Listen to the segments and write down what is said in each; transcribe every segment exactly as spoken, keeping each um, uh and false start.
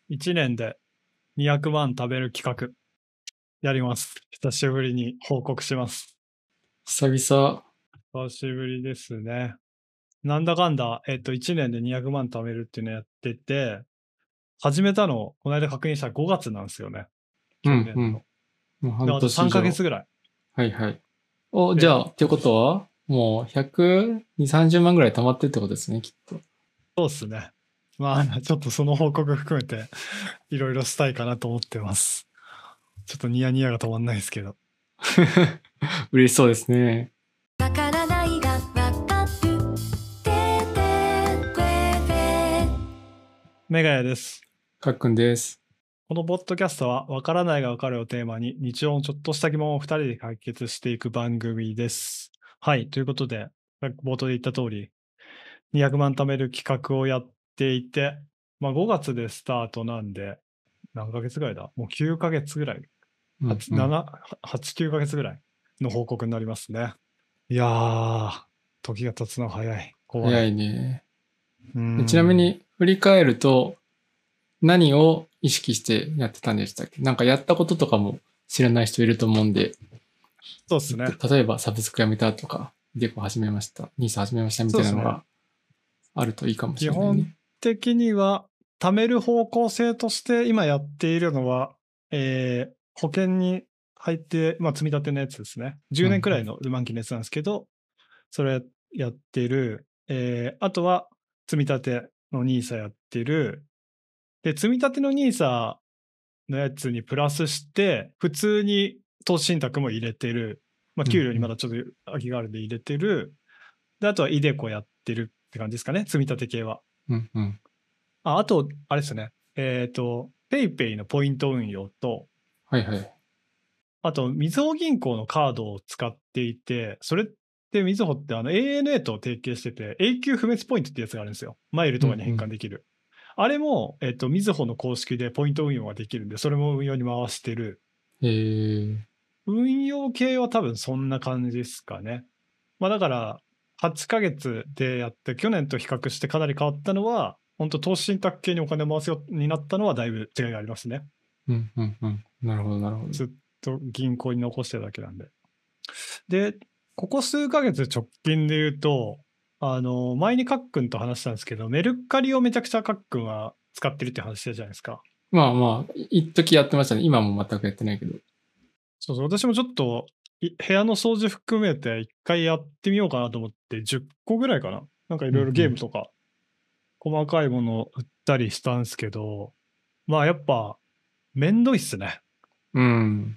いちねんでにひゃくまん食べる企画やります。久しぶりに報告します。 久々。 久しぶりですね。なんだかんだ、えっと、いちねんでにひゃくまん貯めるっていうのやってて、始めたの、この間確認したらごがつなんですよね。去年の。 うんうん。もうで、 半あとさんかげ年以上。 つぐらい。 はいはい。お、 でじゃあ、ってことは、もうひゃくにじゅう、さんじゅうまんぐらい貯まってるってことですね、きっと。 そうっすね。まあ、ちょっとその報告含めて、いろいろしたいかなと思ってます。ちょっとニヤニヤが止まんないですけど。 嬉しそうですね。 わからないがわかる。ててくれて。 メガヤです。 かっくんです。 このポッドキャストは、わからないがわかるをテーマに、日常のちょっとした疑問をふたりで解決していく番組です。はい。ということで、冒頭で言った通り、にひゃくまん貯める企画をやっていて、まあごがつでスタートなんで、何ヶ月ぐらいだもうきゅうかげつぐらい。 うんはち、 うん、 なな、はち、きゅうかげつぐらいの報告になりますね。いやー、時が経つのは早い。怖い。 早いね。 うんちなみに、振り返ると、何を意識してやってたんでしたっけ？なんかやったこととかも知らない人いると思うんで、 そうですね。 例えばサブスクやめたとか、デコ始めました、ニーサ始めましたみたいなのがあるといいかもしれないね。 基本的には、貯める方向性として今やっているのは、えー、保険に入って、まあ、積み立てのやつですね。じゅうねんくらいの満期のやつなんですけど、それやってる。えー、あとは、積み立てのニーサやってる。で、積み立てのニーサのやつにプラスして、普通に投資信託も入れてる。まあ、給料にまだちょっと空きがあるんで入れてる。で、あとはイデコやってるって感じですかね、積み立て系は。 うんうん。 ああと、あれですね。えっ、と、ペイペイのポイント運用と、 はいはい。 あと、みずほ銀行のカードを使っていて、それってみずほってあの エーエヌエー と提携してて、永久不滅ポイントってやつがあるんですよ。マイルとかに変換できる。あれも、えっ、と、みずほの公式でポイント運用ができるんで、それも運用に回してる。 へー。 運用系は多分そんな感じですかね。まあだから、はちかげつでやって、去年と比較してかなり変わったのは、本当投資信託系にお金を回すようになったのはだいぶ違いがありますね。 うんうんうん。なるほどなるほど。 ずっと銀行に残してるだけなんで。で、ここ数ヶ月直近で言うと、あの、前にカックンと話したんですけど、メルカリをめちゃくちゃカックンは使ってるって話したじゃないですか。 まあまあ、一時やってましたね。今も全くやってないけど。 そうそう、私もちょっとい部屋の掃除含めて一回やってみようかなと思って、じゅっこぐらいかな。なんかいろいろゲームとか、細かいものを売ったりしたんですけど、まあやっぱ、めんどいっすね。 うん。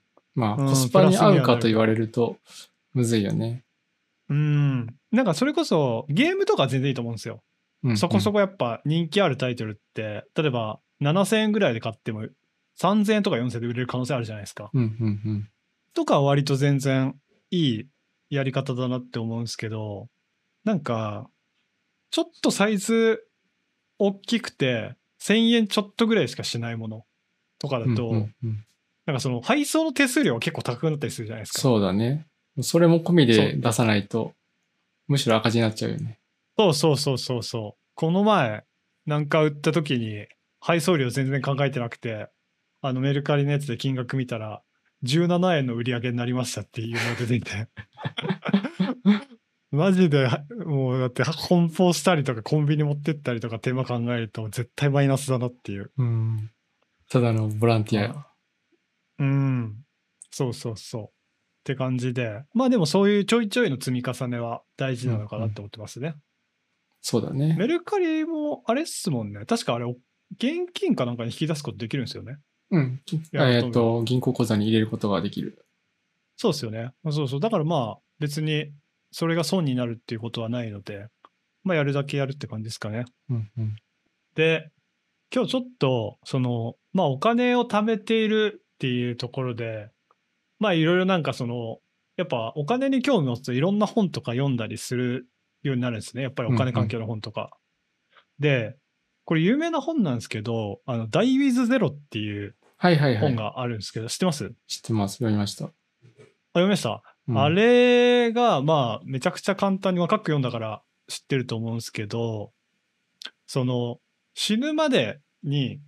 まあ、 うんコスパに合うかと言われプると、むずいよね。 うん。なんかそれこそ、ゲームとか全然いいと思うんですよ。 うん、うん。 そこそこやっぱ人気あるタイトルって、例えばななせんえんぐらいで買っても、さんぜんえんとかよんせんえんで売れる可能性あるじゃないですか。 うん、うん、うん。 とかは割と全然いいやり方だなって思うんですけど、なんか、ちょっとサイズ大きくて、せんえんちょっとぐらいしかしないものとかだうん、 と、 うん、うん。 なんかその配送の手数料が結構高くなったりするじゃないですか。 そうだね。それも込みそうで出さないと、むしろ赤字になっちゃうよね。 そうそうそうそうそう。この前、なんか売った時に、配送料全然考えてなくて、あのメルカリのやつで金額見たら、じゅうななえんの売り上げになりましたっていうのが出ていて。マジで、もうだって梱包したりとかコンビニ持ってったりとか手間考えると絶対マイナスだなっていう。 うん。ただのボランティアや。 うん。そうそうそう。って感じで。まあでもそういうちょいちょいの積み重ねは大事なのかなって思ってますね。 そうだね。 メルカリもあれっすもんね。確かあれ、現金かなんかに引き出すことできるんですよね。 うん。 やろうえっと思えばと、銀行口座に入れることができる。 そうですよね。そうそう。だからまあ、別にそれが損になるっていうことはないので、まあやるだけやるって感じですかね。 うんうん。 で、今日ちょっと、その、まあお金を貯めているっていうところで、まあいろいろなんかその、やっぱお金に興味を持つといろんな本とか読んだりするようになるんですね。やっぱりお金関係の本とか。で、これ有名な本なんですけど、あの、Die with Zero っていうはいはいはい。 本があるんですけど、知ってます知ってます。読みました。 あ、読みました、 うんあれが、まあ、めちゃくちゃ簡単に、まあ、書く読んだから知ってると思うんですけど、その、死ぬまでに、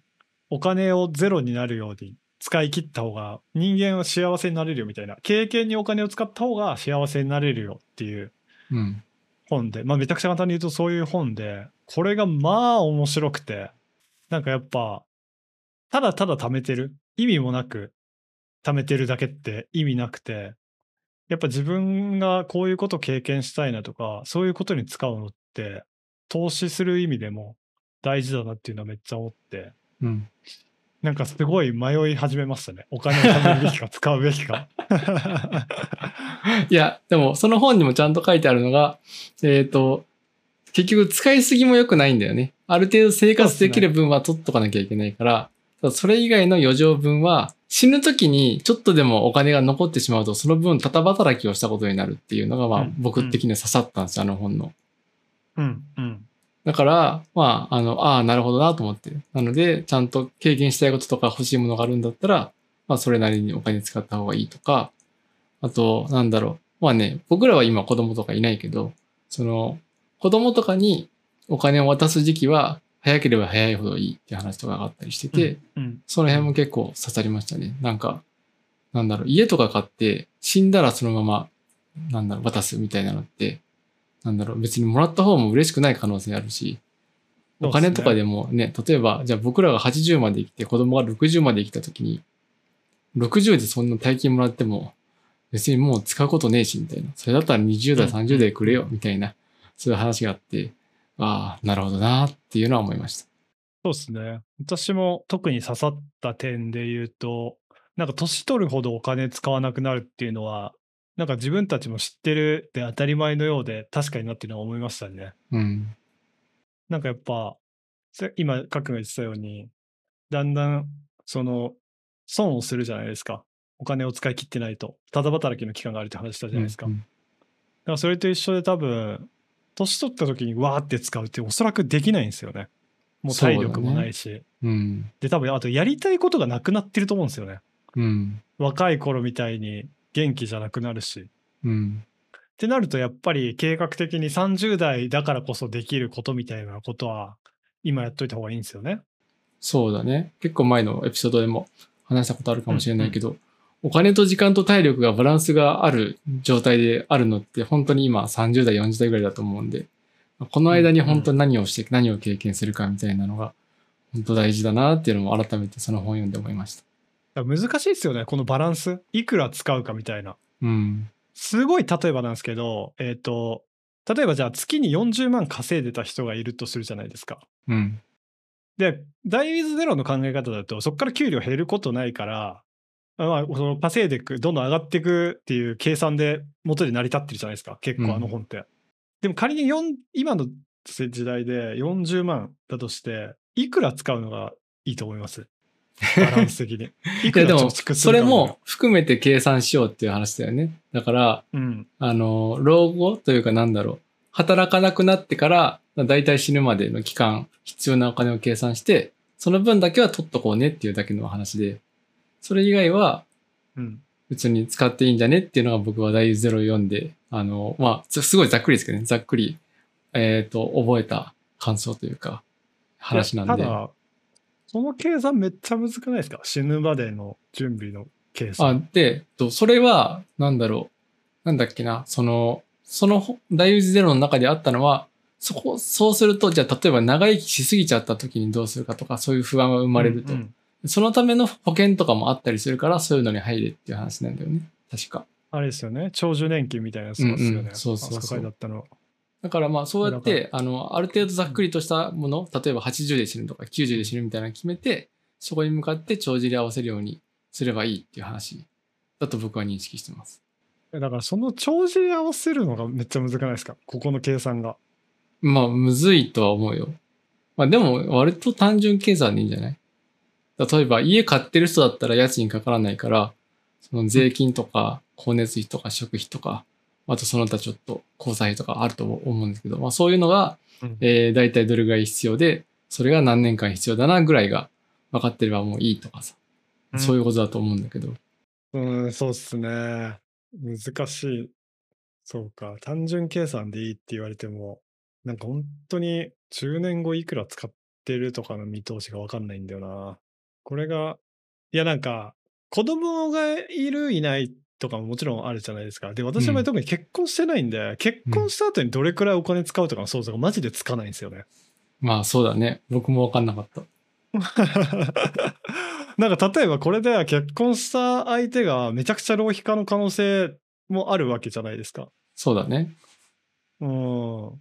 お金をゼロになるように使い切った方が人間は幸せになれるよみたいな、経験にお金を使った方が幸せになれるよっていううん。 本で、まあめちゃくちゃ簡単に言うとそういう本で、これがまあ面白くて、なんかやっぱただただ貯めてる、意味もなく貯めてるだけって意味なくて、やっぱ自分がこういうこと経験したいなとか、そういうことに使うのって投資する意味でも大事だなっていうのはめっちゃ思って、 うん。 なんかすごい迷い始めましたね。お金を貯めるべきか使うべきか。 いや、でもその本にもちゃんと書いてあるのが、えっと、結局使いすぎも良くないんだよね。ある程度生活できる分は取っとかなきゃいけないから、ただそれ以外の余剰分は死ぬ時にちょっとでもお金が残ってしまうと、その分たた働きをしたことになるっていうのが、まあうん僕的には刺さったんですよ、あの本の。 うんうんだから、まあ、あの、ああ、なるほどなと思って。なので、ちゃんと経験したいこととか欲しいものがあるんだったら、まあ、それなりにお金使った方がいいとか、あと、なんだろう。まあね、僕らは今子供とかいないけど、その、子供とかにお金を渡す時期は、早ければ早いほどいいっていう話とかがあったりしてて、 うんその辺も結構刺さりましたね。なんか、なんだろう、家とか買って死んだらそのまま、なんだろう、渡すみたいなのって、なんだろう、別にもらった方も嬉しくない可能性あるし、お金とかでもね、例えば、じゃあ僕らがはちじゅうまで生きて子供がろくじゅうまで生きた時に、ろくじゅうでそんな大金もらっても、別にもう使うことねえし、みたいな。それだったらにじゅう代、さんじゅう代くれよ、みたいな、そういう話があって、ああ、なるほどなっていうのは思いました。 そうですね。私も特に刺さった点で言うと、なんか年取るほどお金使わなくなるっていうのは、なんか自分たちも知ってるって当たり前のようで確かになっていうのは思いましたね。 うん。 なんかやっぱ、せ今、カックンが言ってたように、だんだん、その、損をするじゃないですか。お金を使い切ってないと。ただ働きの期間があるって話したじゃないですか。 うんだからそれと一緒で多分、年取った時にわーって使うっておそらくできないんですよね。もう体力もないし。 うん。 で、多分、あとやりたいことがなくなってると思うんですよね。 うん。 若い頃みたいに元気じゃなくなるし。 うん。 ってなると、やっぱり計画的にさんじゅう代だからこそできることみたいなことは、今やっといた方がいいんですよね。 そうだね。結構前のエピソードでも話したことあるかもしれないけど、お金と時間と体力がバランスがある状態であるのって本当に今さんじゅう代、よんじゅう代ぐらいだと思うんで、この間に本当に何をして何を経験するかみたいなのが本当大事だなっていうのも改めてその本読んで思いました。 だから難しいですよね、このバランス。いくら使うかみたいな。 うん。 すごい例えばなんですけど、えっと、例えばじゃあ月によんじゅうまん稼いでた人がいるとするじゃないですか。 うん。 で、ダイウィズゼロの考え方だと、そこから給料減ることないから、まあ、その稼いでいく、どんどん上がっていくっていう計算で元で成り立ってるじゃないですか、結構あの本って。でも仮によん今の時代でよんじゅうまんだとして、いくら使うのがいいと思いますバランス的に。いいやでも、 くら貯蓄するかそれも含めて計算しようっていう話だよね。だから、 うん、 あの、老後というかなんだろう。働かなくなってから、だいたい死ぬまでの期間、必要なお金を計算して、その分だけは取っとこうねっていうだけの話で、それ以外はうん、 別に使っていいんじゃねっていうのが僕は第ゼロ読んで、あの、まあ、すすごいざっくりですけどね、ざっくり、えっと、覚えた感想というか、話なんで。 ただ、その計算めっちゃ難くないですか死ぬまでの準備の計あ算。、 で、とそれは、なんだろう。なんだっけな、その、その大ウジゼロの中であったのは、そこ、そうすると、じゃあ例えば長生きしすぎちゃった時にどうするかとか、そういう不安が生まれると。 うんうんそのための保険とかもあったりするから、そういうのに入れっていう話なんだよね。確か。 あれですよね。長寿年金みたいなやつですよね。 うんうんそうそうそうあそこ書いてあったの。 だからまあそうやっだて、あの、ある程度ざっくりとしたもの、例えばはちじゅうで死ぬとかきゅうじゅうで死ぬみたいなの決めて、そこに向かって帳尻合わせるようにすればいいっていう話だと僕は認識してます。 だからその長寿に合わせるのがめっちゃ難くないですかここの計算が。 まあ、むずいとは思うよ。まあでも、割と単純計算でいいんじゃない？例えば、家買ってる人だったら家賃かからないから、その税金とか、光熱費とか、食費とか、あとその他ちょっと交際費とかあると思うんですけど、まあそういうのが、 うんえー、大体どれぐらい必要で、それが何年間必要だなぐらいが分かってればもういいとかさ。そういうことだと思うんだけど。 うん、そうっすね。難しい。そうか。単純計算でいいって言われても、なんか本当にじゅうねんごいくら使ってるとかの見通しが分かんないんだよな。 これが、いやなんか、子供がいるいないとかももちろんあるじゃないですか。で、私の場合うん特に結婚してないんで、結婚した後にどれくらいお金使うとかの想像がマジでつかないんですよね。 まあそうだね。僕も分かんなかった。 なんか例えばこれで結婚した相手がめちゃくちゃ浪費家の可能性もあるわけじゃないですか。 そうだね。 うん。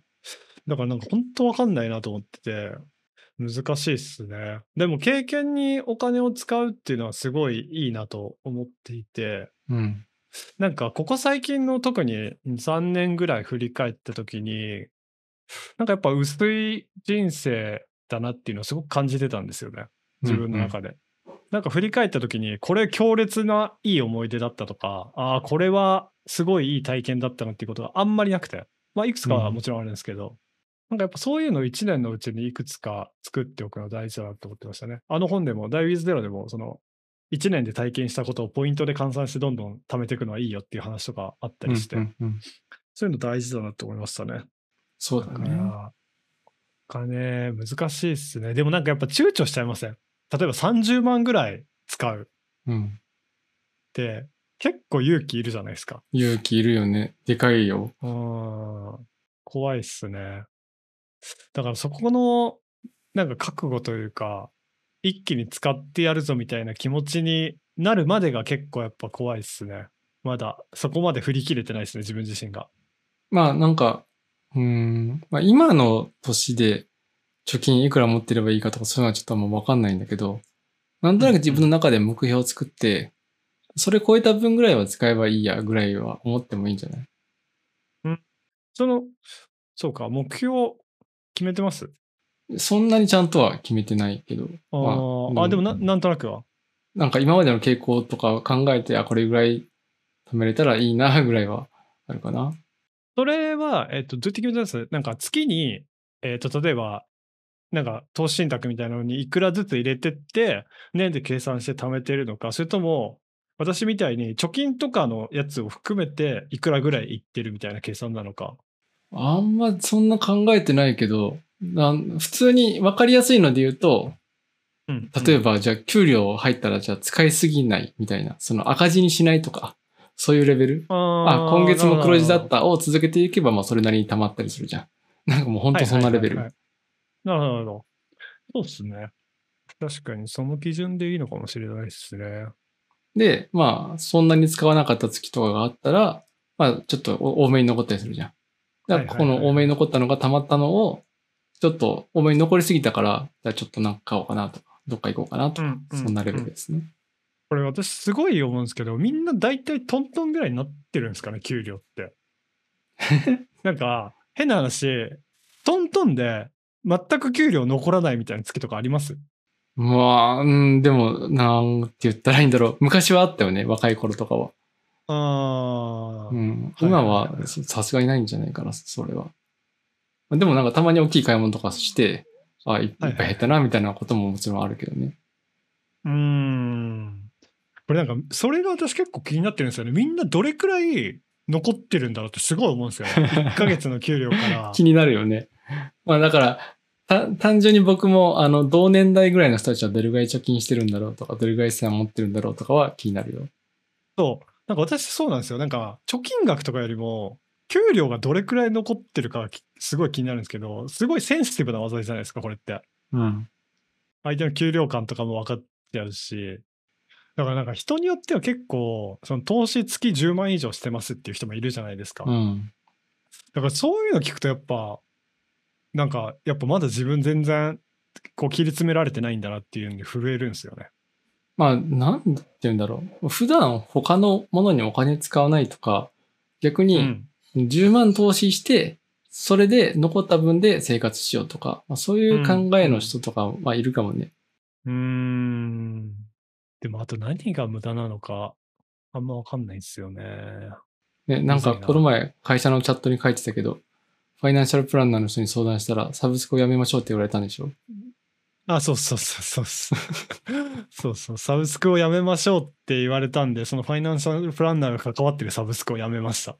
だからなんか本当わかんないなと思ってて、難しいっすね。でも経験にお金を使うっていうのはすごいいいなと思っていて、 うん。 なんかここ最近の特にさんねんぐらい振り返った時に、なんかやっぱ薄い人生だなっていうのをすごく感じてたんですよね。自分の中で。なんか振り返った時に、これ強烈ないい思い出だったとか、ああ、これはすごいいい体験だったなっていうことがあんまりなくて、まあいくつかはもちろんあるんですけど、なんかやっぱそういうのをいちねんのうちにいくつか作っておくの大事だなと思ってましたね。あの本でも、ダイウィズゼロでも、その、いちねんで体験したことをポイントで換算してどんどん貯めていくのはいいよっていう話とかあったうんりして、 うんうん。 そういうの大事だなと思いましたね。だかそうだね。 ら、お金難しいっすね。でもなんかやっぱ躊躇しちゃいません？例えばさんじゅうまんぐらい使ううん。 って結構勇気いるじゃないですか。 勇気いるよね。でかいよ。 うーん。怖いっすね。だからそこのなんか覚悟というか、一気に使ってやるぞみたいな気持ちになるまでが結構やっぱ怖いっすね。まだそこまで振り切れてないですね、自分自身が。 まあなんか、うーん、まあ今の年で貯金いくら持ってればいいかとかそういうのはちょっとあんま分かんないんだけど、なんとなく自分の中で目標を作って、それ超えた分ぐらいは使えばいいやぐらいは思ってもいいんじゃない？ その、そうか、目標決めてます？ そんなにちゃんとは決めてないけど、 あまあ、 ーあ、でもななんとなくは。 なんか今までの傾向とかを考えて、あ、これぐらい貯めれたらいいなぐらいはあるかな。 それは、えっと、どうやって決めたんです？なんか月に、えっと、例えば、なんか投資信託みたいなのにいくらずつ入れてって、年で計算して貯めてるのか、それとも、私みたいに貯金とかのやつを含めていくらぐらいいってるみたいな計算なのか。 あんまそんな考えてないけど、なん普通に分かりやすいので言うと、 うん。 例えば、じゃあ給料入ったらじゃあ使いすぎないみたいな、その赤字にしないとか、そういうレベル。あ、 あ今月も黒字だっなるたを続けていけば、まあそれなりに溜まったりするじゃん。なんかもうほんほどとそんなレベル。 はいはいはいはいなるほど。なるほど。そうですね。確かにその基準でいいのかもしれないですね。 で、まあ、そんなに使わなかった月とかがあったら、まあ、ちょっと多めに残ったりするじゃん。だから、ここの多めに残ったのが溜まったのを、ちょっと多めに残りすぎたから、じゃあちょっとなんか買おうかなとか、どっか行こうかなとか、 うんうんそんなレベルですね。 これ私すごい思うんですけど、みんな大体トントンぐらいになってるんですかね、給料って。なんか、変な話、トントンで全く給料残らないみたいな月とかあります？ まあ、うん、でも、なんて言ったらいいんだろう。昔はあったよね、若い頃とかは。 ああ、 うん。 はい今はいはいは、そさすがにないんじゃないかな、それは。でもなんかたまに大きい買い物とかして、あ、いいっぱい減ったな、みたいなことももちろんあるけどね。 うーん。これなんか、それが私結構気になってるんですよね。みんなどれくらい残ってるんだろうってすごい思うんですよね。いっかげつの給料から。 気になるよね。まあだから、た単純に僕も、あの、同年代ぐらいの人たちはどれぐらい貯金してるんだろうとか、どれぐらい資産持ってるんだろうとかは気になるよ。 そう。なんか私そうなんですよ。なんか、貯金額とかよりも、給料がどれくらい残ってるかがきすごい気になるんですけど、すごいセンシティブな技じゃないですか、これって。 うん。 相手の給料感とかも分かっちゃうし。だからなんか人によっては結構、その投資月じゅうまん以上してますっていう人もいるじゃないですか。 うん。 だからそういうの聞くとやっぱ、なんかやっぱまだ自分全然こう切り詰められてないんだなっていうんで震えるんですよね。 まあ、なんて言うんだろう。普段他のものにお金使わないとか、逆にうん。 じゅうまん投資して、それで残った分で生活しようとか、まあ、そういう考えの人とか、まあいるかもね。 うーん。でもあと何が無駄なのか、あんまわかんないですよね。 ね、なんかむずいなこの前会社のチャットに書いてたけど、ファイナンシャルプランナーの人に相談したらサブスクをやめましょうって言われたんでしょ？ あ、そうそうそうそう。そうそう。サブスクをやめましょうって言われたんで、そのファイナンシャルプランナーが関わってるサブスクをやめました。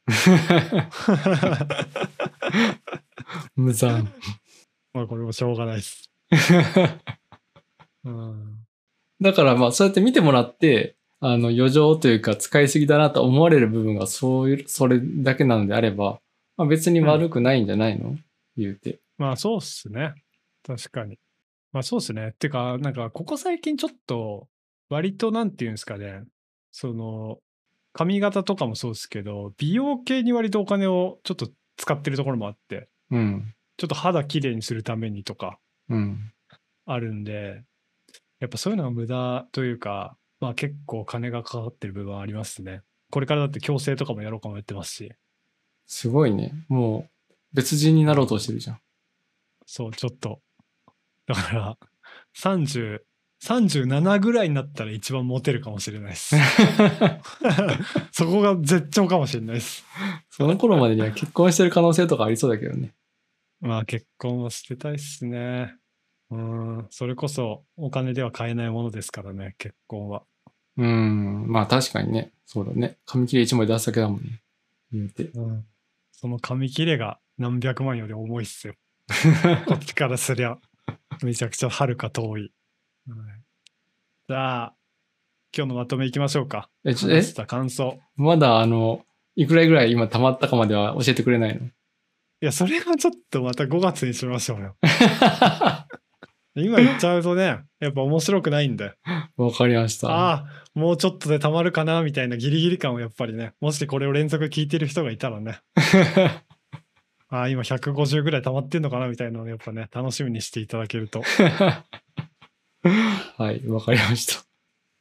無残。 まあこれもしょうがないです。うん。 だからまあそうやって見てもらって、あの余剰というか使いすぎだなと思われる部分がそういう、それだけなのであれば、まあ、別に悪くないんじゃないの、うん、言うて。 まあそうっすね。確かに。まあそうっすね。っていうか、なんかここ最近ちょっと割となんていうんですかね、その髪型とかもそうですけど、美容系に割とお金をちょっと使ってるところもあって、 うん、 ちょっと肌きれいにするためにとかあるんで、うん、やっぱそういうのが無駄というか、まあ結構金がかかってる部分はありますね。これからだって矯正とかもやろうかもやってますし。 すごいね。もう別人になろうとしてるじゃん。そう、 ちょっと。だから、さんじゅう、さんじゅうななぐらいになったら一番モテるかもしれないです。そこが絶頂かもしれないです。 その頃までには結婚してる可能性とかありそうだけどね。 まあ結婚はしてたいっすね。うん、それこそお金では買えないものですからね、結婚は。 うん、まあ確かにね。そうだね。紙切れいちまい出すだけだもんね。言うて。 うん、その紙切れが何百万より重いっすよ。こっちからすりゃ、めちゃくちゃはるか遠い。はい、じゃあ、今日のまとめいきましょうか。 え、ちょ、え話した感想。 まだあの、いくらぐらい今溜まったかまでは教えてくれないの？ いや、それはちょっとまたごがつにしましょうよ。今言っちゃうとね、やっぱ面白くないんで。 わかりました。 ああ、もうちょっとで溜まるかなみたいなギリギリ感をやっぱりね、もしこれを連続聞いてる人がいたらね。ああ、今ひゃくごじゅうぐらい溜まってんのかなみたいなのをやっぱね、楽しみにしていただけると。 はい、わかりました。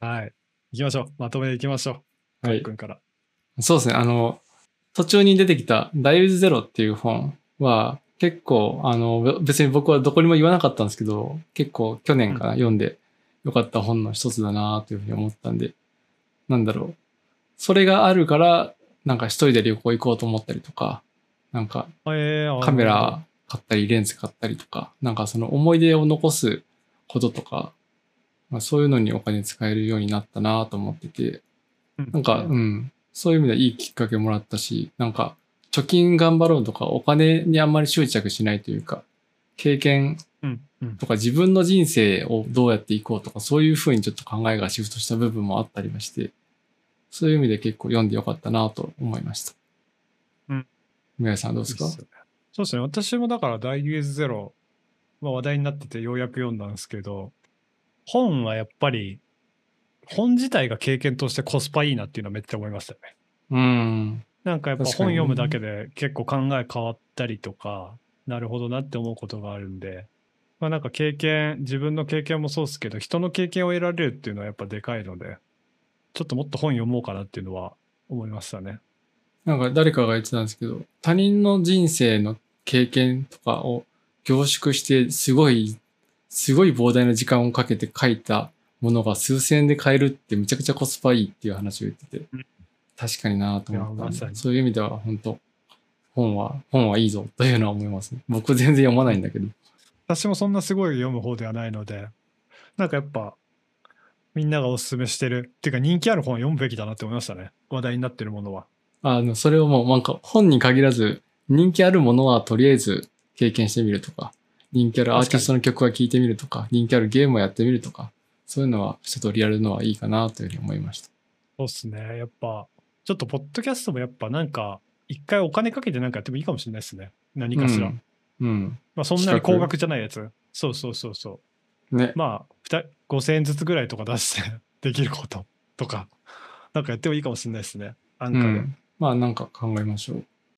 はい。行きましょう。まとめていきましょう。はい。君から。 そうですね。あの、途中に出てきた Die with Zero っていう本は結構、あの、別に僕はどこにも言わなかったんですけど、結構去年から読んでよかった本の一つだなというふうに思ったんで、なんだろう。それがあるから、なんか一人で旅行行こうと思ったりとか、なんかカメラ買ったりレンズ買ったりとか、なんかその思い出を残すこととか、まあ、そういうのにお金使えるようになったなと思ってて、なんか、うん、そういう意味ではいいきっかけもらったし、なんか、貯金頑張ろうとか、お金にあんまり執着しないというか、経験とか自分の人生をどうやっていこうとか、そういうふうにちょっと考えがシフトした部分もあったりまして、そういう意味で結構読んでよかったなと思いました。うん。宮井さんどうですか？ そうですね。私もだから Die with Zero は話題になっててようやく読んだんですけど、本はやっぱり、本自体が経験としてコスパいいなっていうのはめっちゃ思いましたね。 うん。 なんかやっぱ本読むだけで結構考え変わったりとか、なるほどなって思うことがあるんで、まあなんか経験、自分の経験もそうですけど、人の経験を得られるっていうのはやっぱでかいので、ちょっともっと本読もうかなっていうのは思いましたね。 なんか誰かが言ってたんですけど、他人の人生の経験とかを凝縮して、すごい、すごい膨大な時間をかけて書いたものが数千円で買えるってめちゃくちゃコスパいいっていう話を言ってて、うん、確かになと思った。ま、そういう意味では本当本は、本はいいぞというのは思いますね。僕全然読まないんだけど。 私もそんなすごい読む方ではないので、なんかやっぱ、みんながおすすめしてる、っていうか人気ある本は読むべきだなって思いましたね。話題になってるものは。 あの、それをもうなんか本に限らず、人気あるものはとりあえず経験してみるとか、人気あるアーティストの曲は聴いてみるとか、人気あるゲームをやってみるとか、そういうのはちょっとリアルのはいいかなというふうに思いました。 そうっすね。やっぱ、ちょっとポッドキャストもやっぱなんか、一回お金かけてなんかやってもいいかもしれないですね。何かしら。うん。うん、まあそんなに高額じゃないやつ。そうそうそうそう。ね。まあ、ごせんえんずつぐらいとか出してできることとか、なんかやってもいいかもしれないですね。アンカーで。うん、 まあなんか考えましょう。